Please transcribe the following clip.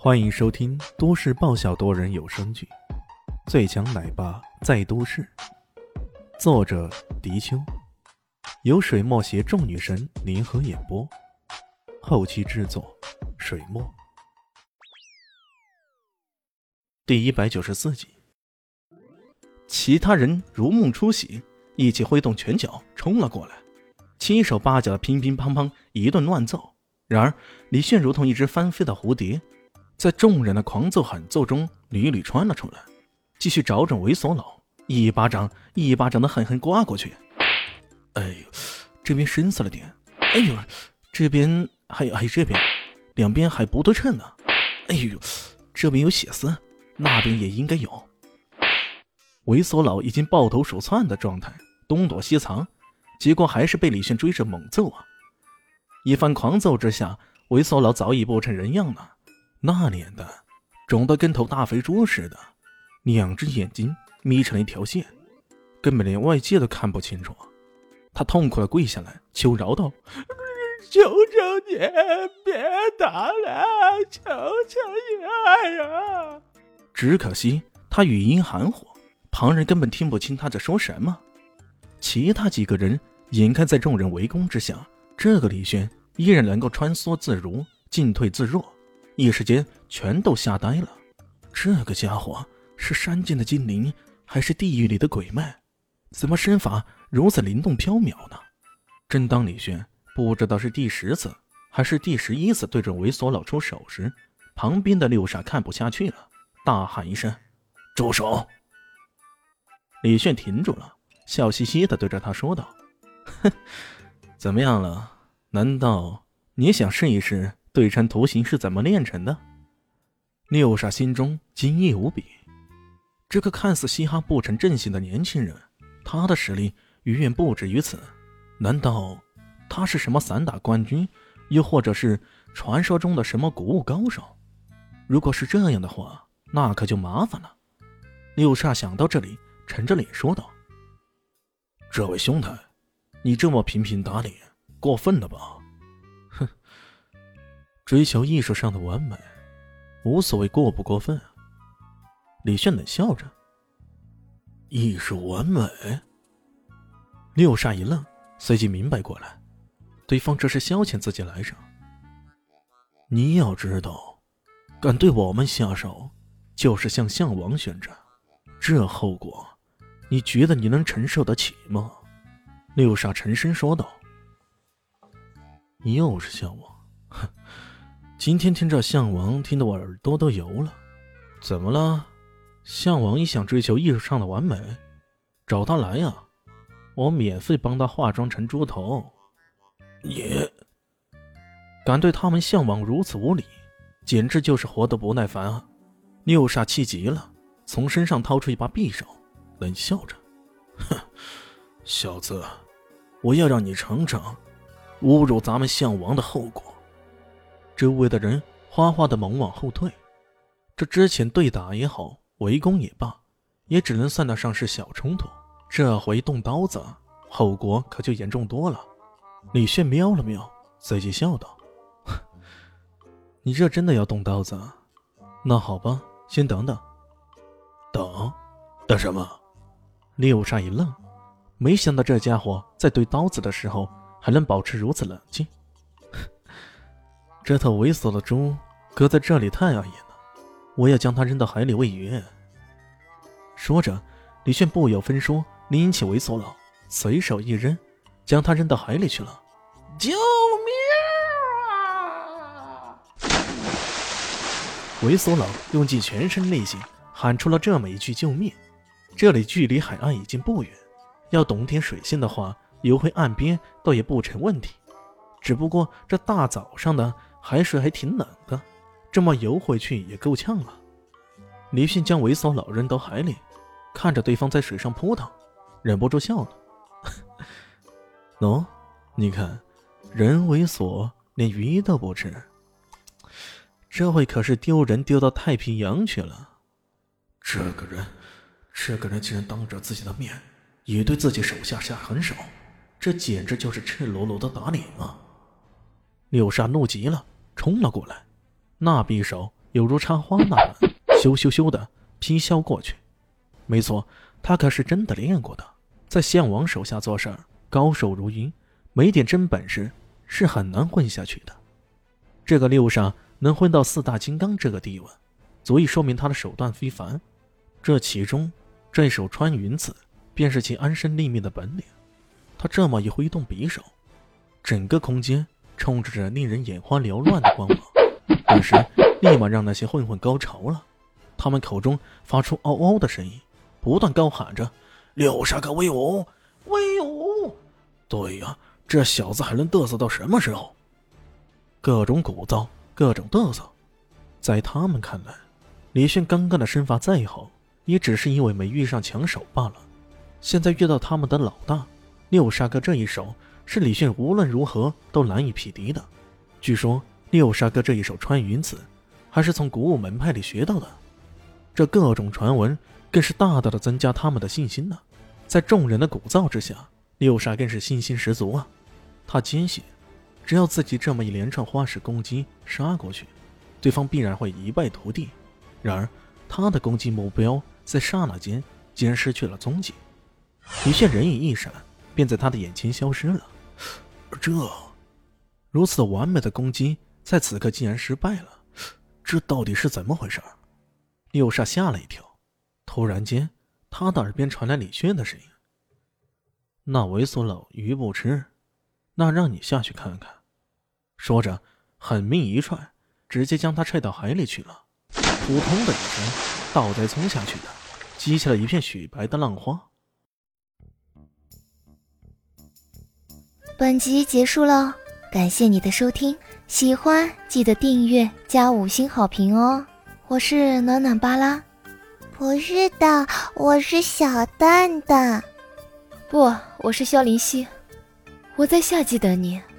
欢迎收听都市爆笑多人有声剧《最强奶爸在都市》，作者：迪秋，由水墨携众女神联合演播，后期制作：水墨。第194集，其他人如梦初醒，一起挥动拳脚冲了过来，七手八脚的乒乒乓乓一顿乱揍。然而李炫如同一只翻飞的蝴蝶，在众人的狂揍喊揍中屡屡穿了出来，继续找准猥琐佬，一巴掌一巴掌的狠狠刮过去。哎呦，这边深色了点，哎呦，这边还这边，两边还不对称呢。哎呦，这边有血丝，那边也应该有。猥琐佬已经抱头鼠窜的状态，东躲西藏，结果还是被李炫追着猛揍啊！一番狂揍之下，猥琐佬早已不成人样了，那脸的肿得跟头大肥猪似的，两只眼睛眯成了一条线，根本连外界都看不清楚。他痛苦地跪下来求饶道：求求你别打了，求求你呀！只可惜他语音含糊，旁人根本听不清他在说什么。其他几个人眼看在众人围攻之下，这个李轩依然能够穿梭自如，进退自若，一时间全都吓呆了。这个家伙是山间的精灵，还是地狱里的鬼魅？怎么身法如此灵动飘渺呢？正当李轩不知道是第10次还是第11次对准猥琐佬出手时，旁边的六煞看不下去了，大喊一声：住手！李炫停住了，笑嘻嘻地对着他说道：哼，怎么样了？难道你想试一试对称图形是怎么炼成的？六煞心中惊异无比，这个看似嘻哈不成正形的年轻人，他的实力远远不止于此。难道他是什么散打冠军，又或者是传说中的什么古武高手？如果是这样的话，那可就麻烦了。六煞想到这里，沉着脸说道：这位兄台，你这么频频打脸，过分了吧？哼，追求艺术上的完美，无所谓过不过分。李炫冷笑着：艺术完美？六煞一愣，随即明白过来，对方这是消遣自己来着。你要知道，敢对我们下手，就是向项王宣战，这后果你觉得你能承受得起吗？六煞沉声说道。又是项王，哼，今天听这项王听得我耳朵都油了。怎么了？项王一想追求艺术上的完美，找他来呀，我免费帮他化妆成猪头。你敢对他们项王如此无礼，简直就是活得不耐烦啊！六煞气急了，从身上掏出一把匕首，冷笑着：哼，小子，我要让你尝尝侮辱咱们项王的后果。周围的人哗哗的猛往后退，这之前对打也好，围攻也罢，也只能算得上是小冲突，这回动刀子，后果可就严重多了。李炫瞄了瞄，随即笑道：你这真的要动刀子啊？那好吧，先等等。等什么？六煞一愣，没想到这家伙在对刀子的时候还能保持如此冷静。这头猥琐的猪搁在这里太碍眼了，我要将它扔到海里喂鱼。说着，李炫不由分说拎起猥琐佬，随手一扔，将他扔到海里去了。救命啊！猥琐佬用尽全身力气喊出了这么一句救命。这里距离海岸已经不远，要懂点水性的话，游回岸边倒也不成问题。只不过这大早上的海水还挺冷的，这么游回去也够呛了。李迅将猥琐佬扔到海里，看着对方在水上扑腾，忍不住笑了。喏，你看，人猥琐连鱼都不吃，这回可是丢人丢到太平洋去了。这个人竟然当着自己的面也对自己手下下狠手，这简直就是赤裸裸的打脸啊！六煞怒极了，冲了过来，那匕首犹如插花那般咻咻咻的劈削过去。没错，他可是真的练过的，在项王手下做事儿高手如云，没点真本事是很难混下去的。这个六煞能混到4大金刚这个地位，足以说明他的手段非凡。这其中这手穿云刺便是其安身立命的本领。他这么一挥动匕首，整个空间充斥着令人眼花缭乱的光芒，顿时立马让那些混混高潮了。他们口中发出嗷嗷的声音，不断高喊着六煞哥威武威武。对呀，这小子还能嘚瑟到什么时候？各种鼓噪，各种嘚瑟。在他们看来，李炫刚刚的身法再好，也只是因为没遇上强手罢了。现在遇到他们的老大六煞哥，这一手是李炫无论如何都难以匹敌的。据说六煞哥这一手穿云刺还是从古武门派里学到的，这各种传闻更是大大的增加他们的信心呢。在众人的鼓噪之下，六煞更是信心十足啊。他坚信只要自己这么一连串花式攻击杀过去，对方必然会一败涂地。然而他的攻击目标在刹那间竟然失去了踪迹，李炫人影一闪，便在他的眼前消失了。这如此完美的攻击在此刻竟然失败了，这到底是怎么回事？六煞吓了一跳，突然间他的耳边传来李炫的声音：那猥琐老鱼不吃，那让你下去看看。说着狠命一踹，直接将他踹到海里去了。扑通的一声，倒栽冲下去的，激起了一片雪白的浪花。 本集结束了，感谢你的收听，喜欢记得订阅加5星好评哦。我是暖暖巴拉。 不是的，我是小蛋蛋。 不，我是萧林希。我在夏季等你。